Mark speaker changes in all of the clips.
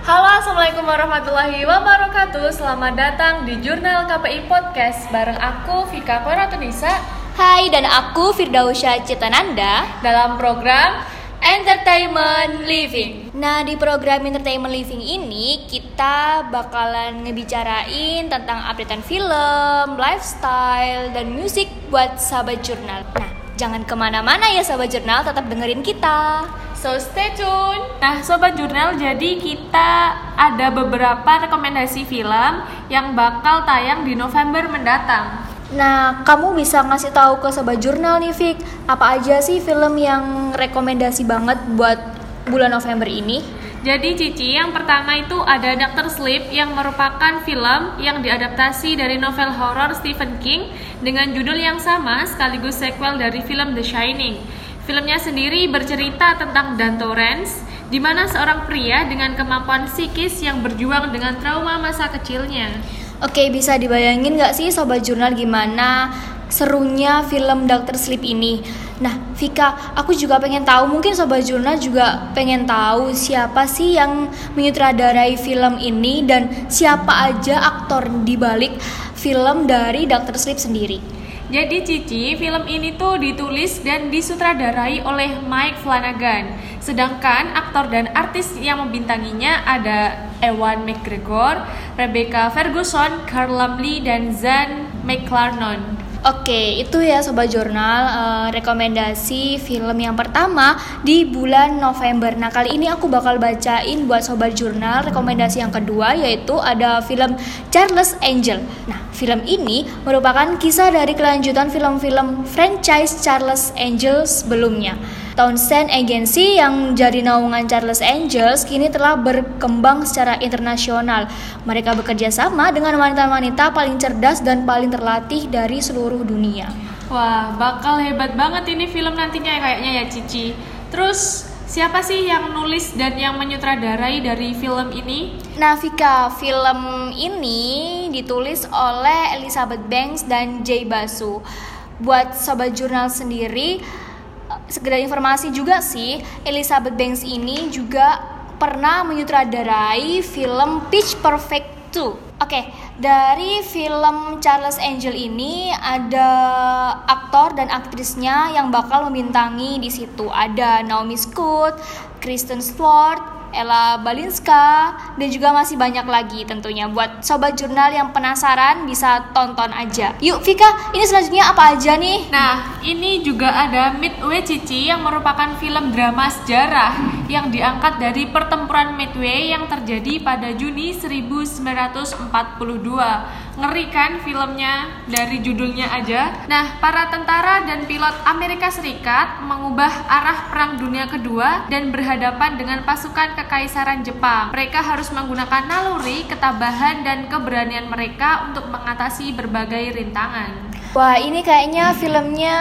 Speaker 1: Halo, assalamualaikum warahmatullahi wabarakatuh. Selamat datang di Jurnal KPI Podcast bareng aku Vika Koratunisa.
Speaker 2: Hai, dan aku Firdausya Citananda
Speaker 1: dalam program Entertainment Living.
Speaker 2: Nah, di program Entertainment Living ini kita bakalan ngebicarain tentang updatean film, lifestyle, dan musik buat sahabat jurnal. Nah, jangan kemana-mana ya sahabat jurnal, tetap dengerin kita.
Speaker 1: So stay tune. Nah, Sobat Jurnal, jadi kita ada beberapa rekomendasi film yang bakal tayang di November mendatang.
Speaker 2: Nah, kamu bisa ngasih tahu ke Sobat Jurnal nih, Fik, apa aja sih film yang rekomendasi banget buat bulan November ini?
Speaker 1: Jadi Cici, yang pertama itu ada Dr. Sleep yang merupakan film yang diadaptasi dari novel horor Stephen King dengan judul yang sama sekaligus sequel dari film The Shining. Filmnya sendiri bercerita tentang Dan Torrance, di mana seorang pria dengan kemampuan psikis yang berjuang dengan trauma masa kecilnya.
Speaker 2: Oke, bisa dibayangin gak sih Sobat Jurnal gimana serunya film Dr. Sleep ini? Nah, Vika, aku juga pengen tahu, mungkin Sobat Jurnal juga pengen tahu siapa sih yang menyutradarai film ini dan siapa aja aktor di balik film dari Dr. Sleep sendiri.
Speaker 1: Jadi Cici, film ini tuh ditulis dan disutradarai oleh Mike Flanagan. Sedangkan aktor dan artis yang membintanginya ada Ewan McGregor, Rebecca Ferguson, Carl Lumbly, dan Zan McClarnon.
Speaker 2: Oke, itu ya Sobat Jurnal, rekomendasi film yang pertama di bulan November. Nah, kali ini aku bakal bacain buat Sobat Jurnal rekomendasi yang kedua, yaitu ada film Charlie's Angel. Nah, film ini merupakan kisah dari kelanjutan film-film franchise Charlie's Angel sebelumnya. Townsend Agency yang jadi naungan Charlie's Angels kini telah berkembang secara internasional. Mereka bekerja sama dengan wanita-wanita paling cerdas dan paling terlatih dari seluruh dunia.
Speaker 1: Wah, bakal hebat banget ini film nantinya kayaknya ya Cici. Terus siapa sih yang nulis dan yang menyutradarai dari film ini?
Speaker 2: Nah, Vika, film ini ditulis oleh Elizabeth Banks dan Jay Basu. Buat Sobat Jurnal sendiri, sekedar informasi juga sih, Elizabeth Banks ini juga pernah menyutradarai film Pitch Perfect 2. Oke, dari film Charlie's Angel ini ada aktor dan aktrisnya yang bakal membintangi di situ. Ada Naomi Scott, Kristen Stewart, Ella Balinska, dan juga masih banyak lagi tentunya. Buat Sobat Jurnal yang penasaran bisa tonton aja. Yuk Vika, ini selanjutnya apa aja nih?
Speaker 1: Nah, ini juga ada Midway Cici yang merupakan film drama sejarah yang diangkat dari pertempuran Midway yang terjadi pada Juni 1942. Ngeri kan filmnya dari judulnya aja? Nah, para tentara dan pilot Amerika Serikat mengubah arah Perang Dunia Kedua dan berhadapan dengan pasukan Kekaisaran Jepang. Mereka harus menggunakan naluri, ketabahan, dan keberanian mereka untuk mengatasi berbagai rintangan.
Speaker 2: Wah, ini kayaknya filmnya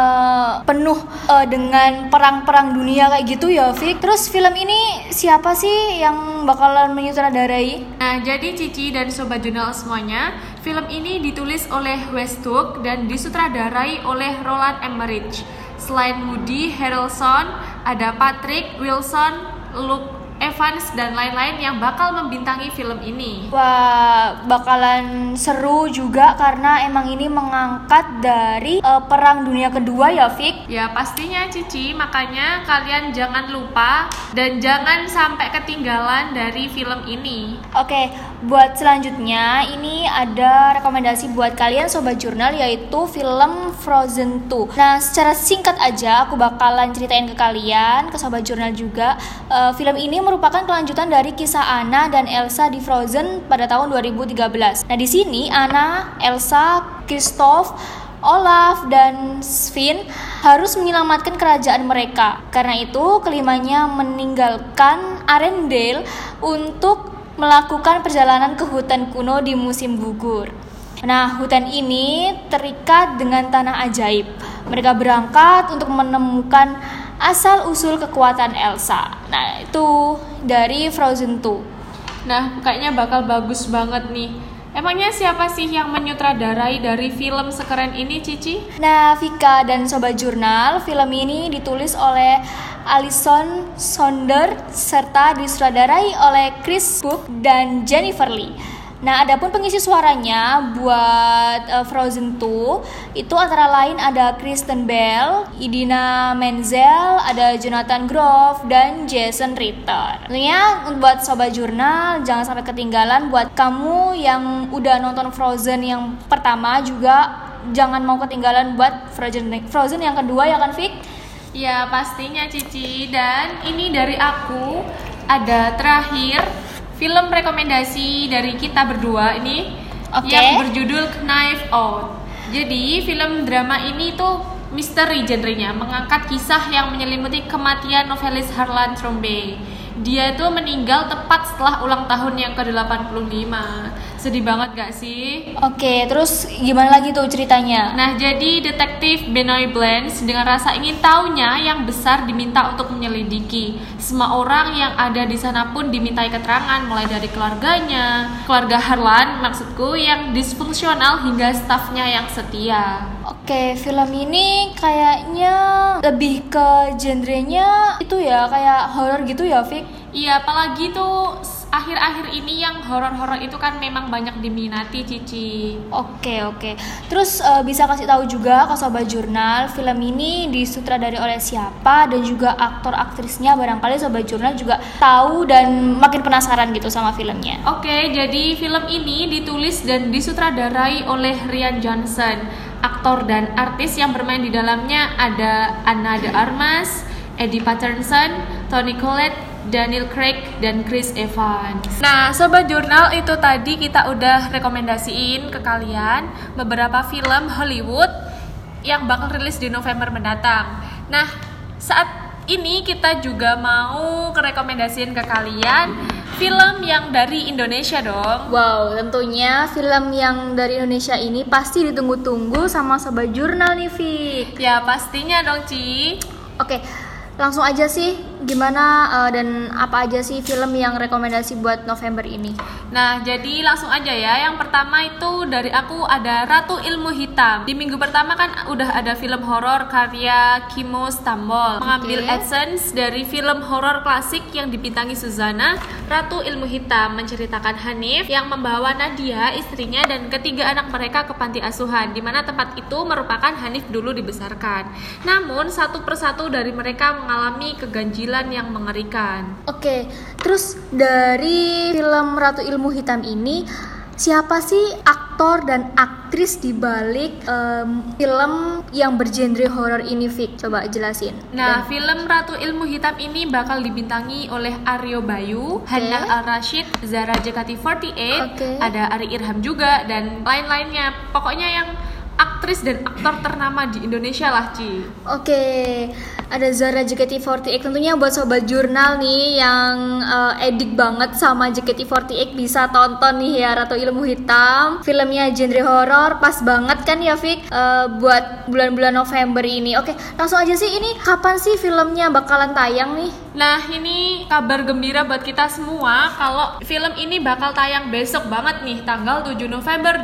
Speaker 2: penuh dengan perang-perang dunia kayak gitu ya, Fik. Terus film ini siapa sih yang bakalan menyutradarai?
Speaker 1: Nah, jadi Cici dan Sobat Jurnal semuanya, film ini ditulis oleh Westhoek dan disutradarai oleh Roland Emmerich. Selain Woody Harrelson, ada Patrick Wilson, Luke Evans, dan lain-lain yang bakal membintangi film ini.
Speaker 2: Wah, bakalan seru juga karena emang ini mengangkat dari Perang Dunia Kedua ya, Fik?
Speaker 1: Ya, pastinya Cici, makanya kalian jangan lupa dan jangan sampai ketinggalan dari film ini.
Speaker 2: Oke, buat selanjutnya ini ada rekomendasi buat kalian Sobat Jurnal, yaitu film Frozen 2. Nah, secara singkat aja aku bakalan ceritain ke kalian, ke Sobat Jurnal juga. Film ini merupakan kelanjutan dari kisah Anna dan Elsa di Frozen pada tahun 2013. Nah, di sini Anna, Elsa, Kristoff, Olaf, dan Sven harus menyelamatkan kerajaan mereka. Karena itu, kelimanya meninggalkan Arendelle untuk melakukan perjalanan ke hutan kuno di musim gugur. Nah, hutan ini terikat dengan tanah ajaib. Mereka berangkat untuk menemukan asal-usul kekuatan Elsa. Nah, itu dari Frozen 2.
Speaker 1: Nah, kayaknya bakal bagus banget nih. Emangnya siapa sih yang menyutradarai dari film sekeren ini, Cici?
Speaker 2: Nah, Vika dan Sobat Jurnal, film ini ditulis oleh Alison Sonder serta disutradarai oleh Chris Book dan Jennifer Lee. Nah, adapun pengisi suaranya buat Frozen 2 itu antara lain ada Kristen Bell, Idina Menzel, ada Jonathan Groff, dan Jason Ritter. Tentunya buat Sobat Jurnal jangan sampai ketinggalan. Buat kamu yang udah nonton Frozen yang pertama juga jangan mau ketinggalan buat Frozen yang kedua, ya kan Fik?
Speaker 1: Ya pastinya Cici. Dan ini dari aku ada terakhir film rekomendasi dari kita berdua ini yang berjudul Knife Out. Jadi film drama ini tuh misteri genrenya, mengangkat kisah yang menyelimuti kematian novelis Harlan Thrombey. Dia tuh meninggal tepat setelah ulang tahun yang ke-85. Sedih banget gak sih?
Speaker 2: Oke, terus gimana lagi tuh ceritanya?
Speaker 1: Nah, jadi detektif Benoit Blanche dengan rasa ingin tahunya yang besar diminta untuk menyelidiki. Semua orang yang ada di sana pun dimintai keterangan, mulai dari keluarganya, keluarga Harlan maksudku, yang disfungsional hingga stafnya yang setia.
Speaker 2: Oke, film ini kayaknya lebih ke genrenya itu ya, kayak horor gitu ya, Fik?
Speaker 1: Iya, apalagi tuh akhir-akhir ini yang horor-horor itu kan memang banyak diminati, Cici.
Speaker 2: Oke. Terus bisa kasih tahu juga ke Sobat Jurnal, film ini disutradarai oleh siapa dan juga aktor aktrisnya, barangkali Sobat Jurnal juga tahu dan makin penasaran gitu sama filmnya.
Speaker 1: Oke, jadi film ini ditulis dan disutradarai oleh Rian Johnson. Aktor dan artis yang bermain di dalamnya ada Ana de Armas, Eddie Patterson, Toni Collette, Daniel Craig, dan Chris Evans. Nah, Sobat Jurnal, itu tadi kita udah rekomendasiin ke kalian beberapa film Hollywood yang bakal rilis di November mendatang. Nah, saat ini kita juga mau rekomendasiin ke kalian film yang dari Indonesia dong.
Speaker 2: Wow, tentunya film yang dari Indonesia ini pasti ditunggu-tunggu sama Sobat Jurnal nih, Fik.
Speaker 1: Ya, pastinya dong, Ci.
Speaker 2: Oke, langsung aja sih, gimana dan apa aja sih film yang rekomendasi buat November ini?
Speaker 1: Nah, jadi langsung aja ya. Yang pertama itu dari aku ada Ratu Ilmu Hitam. Di minggu pertama kan udah ada film horor karya Kimo Stambol, mengambil essence dari film horor klasik yang dibintangi Suzana. Ratu Ilmu Hitam menceritakan Hanif yang membawa Nadia, istrinya, dan ketiga anak mereka ke panti asuhan, di mana tempat itu merupakan Hanif dulu dibesarkan. Namun satu persatu dari mereka mengalami keganjilan yang mengerikan.
Speaker 2: Oke, terus dari film Ratu Ilmu Hitam ini siapa sih aktor dan aktris di balik film yang bergenre horor ini, Fik? Coba jelasin.
Speaker 1: Nah, film Ratu Ilmu Hitam ini bakal dibintangi oleh Aryo Bayu, Hannah Al-Rashid, Zara JKT48, ada Ari Irham juga, dan lain-lainnya. Pokoknya yang aktris dan aktor ternama di Indonesia lah, Ci.
Speaker 2: Oke, ada Zara JKT48. Tentunya buat Sobat Jurnal nih yang edik banget sama JKT48 bisa tonton nih ya Ratu Ilmu Hitam. Filmnya genre horor, pas banget kan ya, Fik, buat bulan-bulan November ini. Oke, langsung aja sih, ini kapan sih filmnya bakalan tayang nih?
Speaker 1: Nah, ini kabar gembira buat kita semua kalau film ini bakal tayang besok banget nih, tanggal 7 November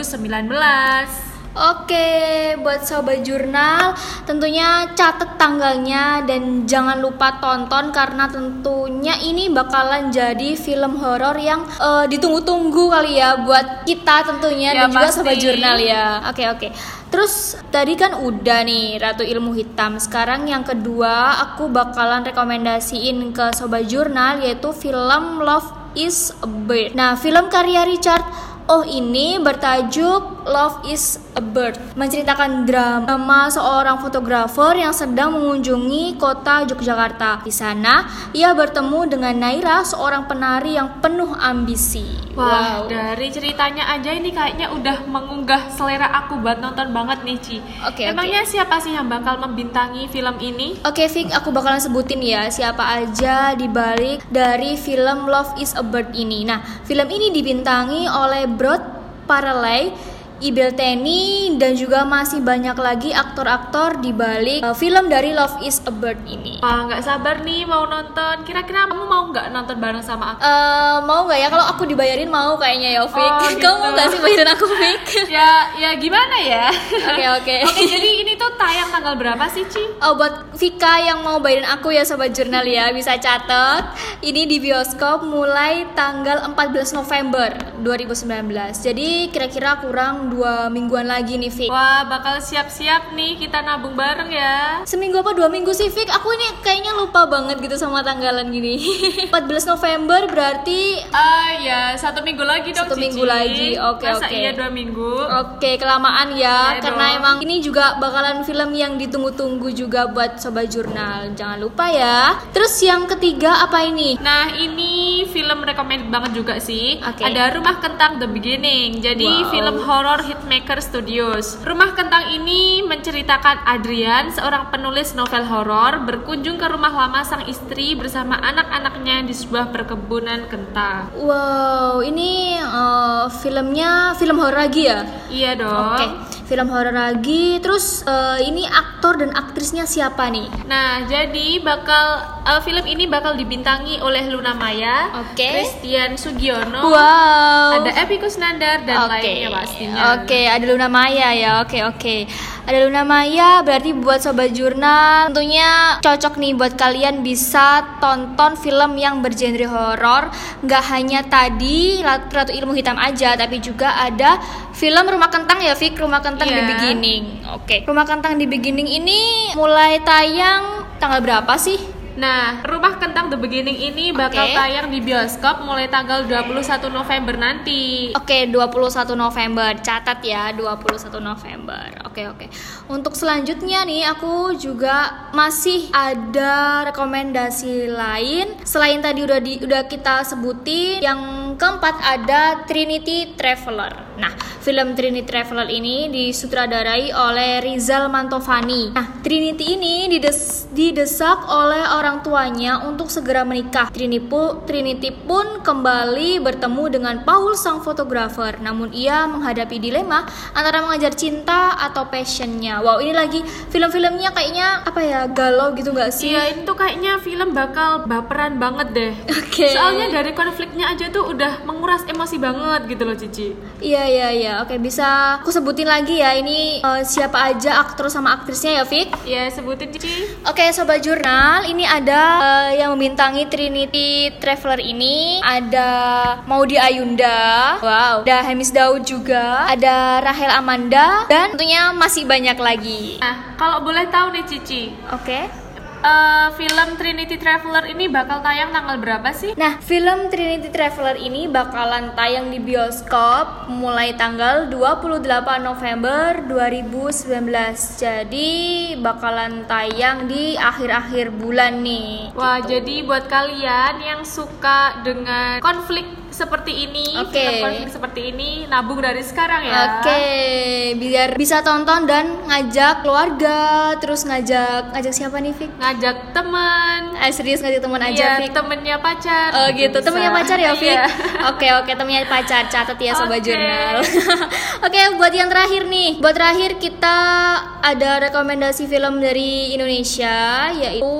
Speaker 1: 2019.
Speaker 2: Oke, buat Sobat Jurnal, tentunya catat tanggalnya dan jangan lupa tonton karena tentunya ini bakalan jadi film horor yang ditunggu-tunggu kali ya buat kita tentunya
Speaker 1: ya,
Speaker 2: dan juga
Speaker 1: pasti.
Speaker 2: Sobat Jurnal ya. Oke. Terus tadi kan udah nih Ratu Ilmu Hitam. Sekarang yang kedua aku bakalan rekomendasiin ke Sobat Jurnal yaitu film Love is a Bird. Nah, film karya Richard ini bertajuk Love is a Bird, menceritakan drama seorang fotografer yang sedang mengunjungi kota Yogyakarta. Di sana, ia bertemu dengan Naira, seorang penari yang penuh ambisi.
Speaker 1: Wow, dari ceritanya aja ini kayaknya udah mengunggah selera aku buat nonton banget nih, Ci. Emangnya siapa sih yang bakal membintangi film ini?
Speaker 2: Oke, Fik, aku bakalan sebutin ya siapa aja dibalik dari film Love is a Bird ini. Nah, film ini dibintangi oleh Brod Paralay, Ibel Teni, dan juga masih banyak lagi aktor-aktor di balik film dari Love is a Bird ini.
Speaker 1: Wah, nggak sabar nih mau nonton. Kira-kira kamu mau nggak nonton bareng sama aku?
Speaker 2: Mau nggak ya? Kalau aku dibayarin mau kayaknya ya, Fik.
Speaker 1: Oh, gitu.
Speaker 2: Kamu mau nggak sih bayarin aku, Fik?
Speaker 1: ya gimana ya?
Speaker 2: Oke.
Speaker 1: Oke, jadi ini tuh tayang tanggal berapa sih, Ci?
Speaker 2: Oh, buat Vika yang mau bayarin aku ya Sobat Jurnal ya, bisa catat. Ini di bioskop mulai tanggal 14 November 2019. Jadi kira-kira kurang 2 mingguan lagi nih, Fik.
Speaker 1: Wah, bakal siap-siap nih kita nabung bareng ya.
Speaker 2: Seminggu apa 2 minggu sih, Fik? Aku ini kayaknya lupa banget gitu sama tanggalan gini. 14 November berarti
Speaker 1: ya 1 minggu lagi dong,
Speaker 2: 1 minggu lagi. Oke.
Speaker 1: Masa iya 2 minggu?
Speaker 2: Oke, kelamaan ya.
Speaker 1: Iya
Speaker 2: Karena
Speaker 1: dong.
Speaker 2: emang ini juga bakalan film yang ditunggu-tunggu juga buat Sobat Jurnal. Jangan lupa ya. Terus yang ketiga apa ini?
Speaker 1: Nah, ini film recommended banget juga sih.
Speaker 2: Oke.
Speaker 1: Ada Rumah Kentang The Beginning. Jadi
Speaker 2: Wow.
Speaker 1: film horor Hitmaker Studios. Rumah Kentang ini menceritakan Adrian, seorang penulis novel horor, berkunjung ke rumah lama sang istri bersama anak-anaknya di sebuah perkebunan kentang.
Speaker 2: Wow, ini filmnya film horor lagi ya?
Speaker 1: Iya dong.
Speaker 2: Oke, film horor lagi. Terus ini aktor dan aktrisnya siapa nih?
Speaker 1: Nah, jadi film ini bakal dibintangi oleh Luna Maya,
Speaker 2: Oke.
Speaker 1: Christian Sugiono,
Speaker 2: Wow.
Speaker 1: ada Epy Kusnandar dan
Speaker 2: Oke.
Speaker 1: lainnya pastinya.
Speaker 2: Oke, ada Luna Maya ya. Oke. Ada Luna Maya, berarti buat Sobat Jurnal tentunya cocok nih buat kalian bisa tonton film yang bergenre horor. Nggak hanya tadi Ratu Ilmu Hitam aja, tapi juga ada film Rumah Kentang ya, Fik. Rumah Kentang
Speaker 1: Iya.
Speaker 2: The Beginning. Oke. Rumah Kentang The Beginning ini mulai tayang tanggal berapa sih?
Speaker 1: Nah, Rumah Kentang The Beginning ini bakal
Speaker 2: Oke.
Speaker 1: tayang di bioskop mulai tanggal 21 November nanti.
Speaker 2: Oke, 21 November. Catat ya, 21 November. Oke. Untuk selanjutnya nih, aku juga masih ada rekomendasi lain. Selain tadi udah kita sebutin, yang keempat ada Trinity Traveler. Nah, film Trinity Traveler ini disutradarai oleh Rizal Mantovani. Nah, Trinity ini didesak oleh orang tuanya untuk segera menikah. Trinity pun kembali bertemu dengan Paul sang fotografer. Namun ia menghadapi dilema antara mengejar cinta atau passionnya. Wow, ini lagi film-filmnya kayaknya apa ya, galau gitu nggak sih?
Speaker 1: Iya, ini tuh kayaknya film bakal baperan banget deh.
Speaker 2: Oke.
Speaker 1: Soalnya dari konfliknya aja tuh udah menguras emosi banget gitu loh, Cici.
Speaker 2: Iya. Oke, bisa aku sebutin lagi ya. Ini siapa aja aktor sama aktrisnya ya, Fik?
Speaker 1: Ya, sebutin, Cici.
Speaker 2: Oke, Sobat Jurnal, ini ada yang membintangi Trinity Traveler ini. Ada Maudy Ayunda, wow. Ada Hemis Daud juga, ada Rahel Amanda, dan tentunya masih banyak lagi.
Speaker 1: Nah, kalau boleh tahu nih, Cici,
Speaker 2: Oke.
Speaker 1: film Trinity Traveler ini bakal tayang tanggal berapa sih?
Speaker 2: Nah, film Trinity Traveler ini bakalan tayang di bioskop mulai tanggal 28 November 2019. Jadi bakalan tayang di akhir-akhir bulan nih.
Speaker 1: Wah,
Speaker 2: gitu.
Speaker 1: jadi buat kalian yang suka dengan konflik seperti ini,
Speaker 2: Oke.
Speaker 1: film konflik seperti ini, nabung dari sekarang ya.
Speaker 2: Oke, biar bisa tonton dan ngajak keluarga, terus ngajak siapa nih, Fik?
Speaker 1: Ngajak teman.
Speaker 2: Serius ngajak teman aja,
Speaker 1: Iya,
Speaker 2: Fik?
Speaker 1: temennya pacar.
Speaker 2: Oh gitu,
Speaker 1: Bisa.
Speaker 2: temennya pacar ya, Fik?
Speaker 1: Iya.
Speaker 2: Oke, temennya pacar, catat ya Sobat
Speaker 1: Oke.
Speaker 2: Jurnal. Oke, buat yang terakhir nih. Buat terakhir kita ada rekomendasi film dari Indonesia, yaitu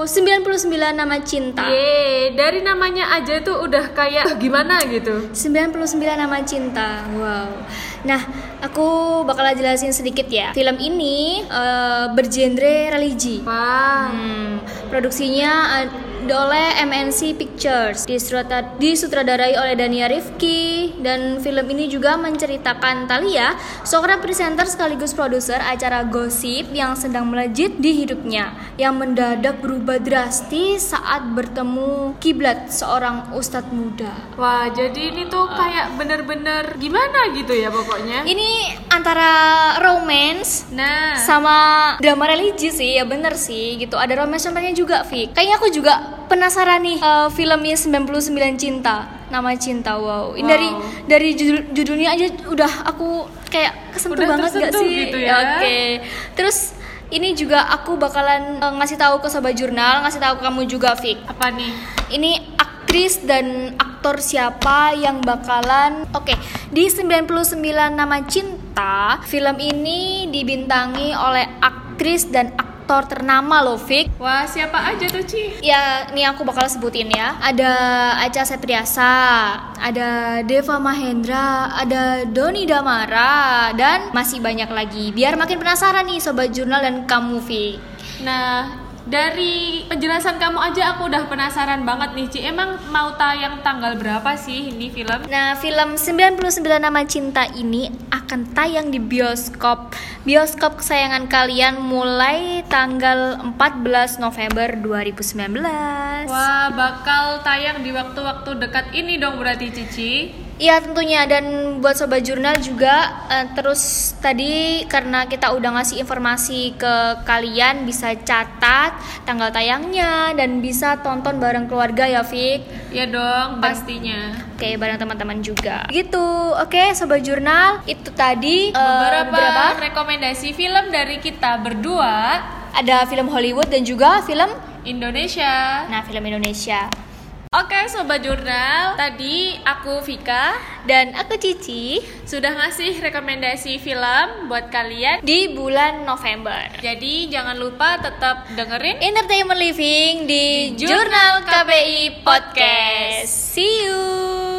Speaker 2: 99 Nama Cinta.
Speaker 1: Yeay, dari namanya aja tuh udah kayak gimana gitu.
Speaker 2: 99 Nama Cinta. Wow. Nah, aku bakal jelasin sedikit ya. Film ini bergenre religi.
Speaker 1: Wah.
Speaker 2: Produksinya oleh MNC Pictures, disutradarai oleh Dania Rifki, dan film ini juga menceritakan Thalia, seorang presenter sekaligus produser acara gosip yang sedang melejit di hidupnya, yang mendadak berubah drastis saat bertemu Kiblat, seorang ustadz muda.
Speaker 1: Wah, jadi ini tuh kayak bener-bener gimana gitu ya pokoknya.
Speaker 2: Ini antara romance
Speaker 1: Nah,
Speaker 2: sama drama religi sih, ya bener sih gitu. Ada romance-nya juga, Fik. Kayaknya aku juga penasaran nih filmnya 99 Cinta, Nama Cinta. Wow. Ini dari judulnya aja udah aku kayak kesentuh
Speaker 1: Udah
Speaker 2: banget gak
Speaker 1: tersentuh
Speaker 2: sih?
Speaker 1: gitu ya.
Speaker 2: Oke. Terus ini juga aku bakalan ngasih tahu ke Sobat Jurnal, ngasih tahu ke kamu juga, Fik.
Speaker 1: apa nih?
Speaker 2: Ini aktris dan aktor siapa yang bakalan di 99 Nama Cinta Cinta. Film ini dibintangi oleh aktris dan aktor ternama loh, Fik.
Speaker 1: Wah, siapa aja tuh, Ci?
Speaker 2: Ya, ini aku bakal sebutin ya. Ada Acha Septriasa, ada Deva Mahendra, ada Doni Damara, dan masih banyak lagi. Biar makin penasaran nih Sobat Jurnal dan kamu, Fik.
Speaker 1: Nah, dari penjelasan kamu aja aku udah penasaran banget nih, Ci. Emang mau tayang tanggal berapa sih ini film?
Speaker 2: Nah, film 99 Nama Cinta ini akan tayang di bioskop kesayangan kalian mulai tanggal 14 November 2019.
Speaker 1: Wah, bakal tayang di waktu-waktu dekat ini dong berarti, Cici.
Speaker 2: Iya tentunya, dan buat Sobat Jurnal juga terus tadi karena kita udah ngasih informasi ke kalian, bisa catat tanggal tayangnya dan bisa tonton bareng keluarga ya, Fik.
Speaker 1: Ya dong, pastinya.
Speaker 2: Oke, bareng teman-teman juga. Gitu. Oke, Sobat Jurnal, itu tadi
Speaker 1: beberapa rekomendasi film dari kita berdua.
Speaker 2: Ada film Hollywood dan juga film
Speaker 1: Indonesia.
Speaker 2: Nah, film Indonesia.
Speaker 1: Oke, Sobat Jurnal, tadi aku Vika
Speaker 2: dan aku Cici
Speaker 1: sudah ngasih rekomendasi film buat kalian
Speaker 2: di bulan November.
Speaker 1: Jadi jangan lupa tetap dengerin
Speaker 2: Entertainment Living di Jurnal KPI Podcast. See you.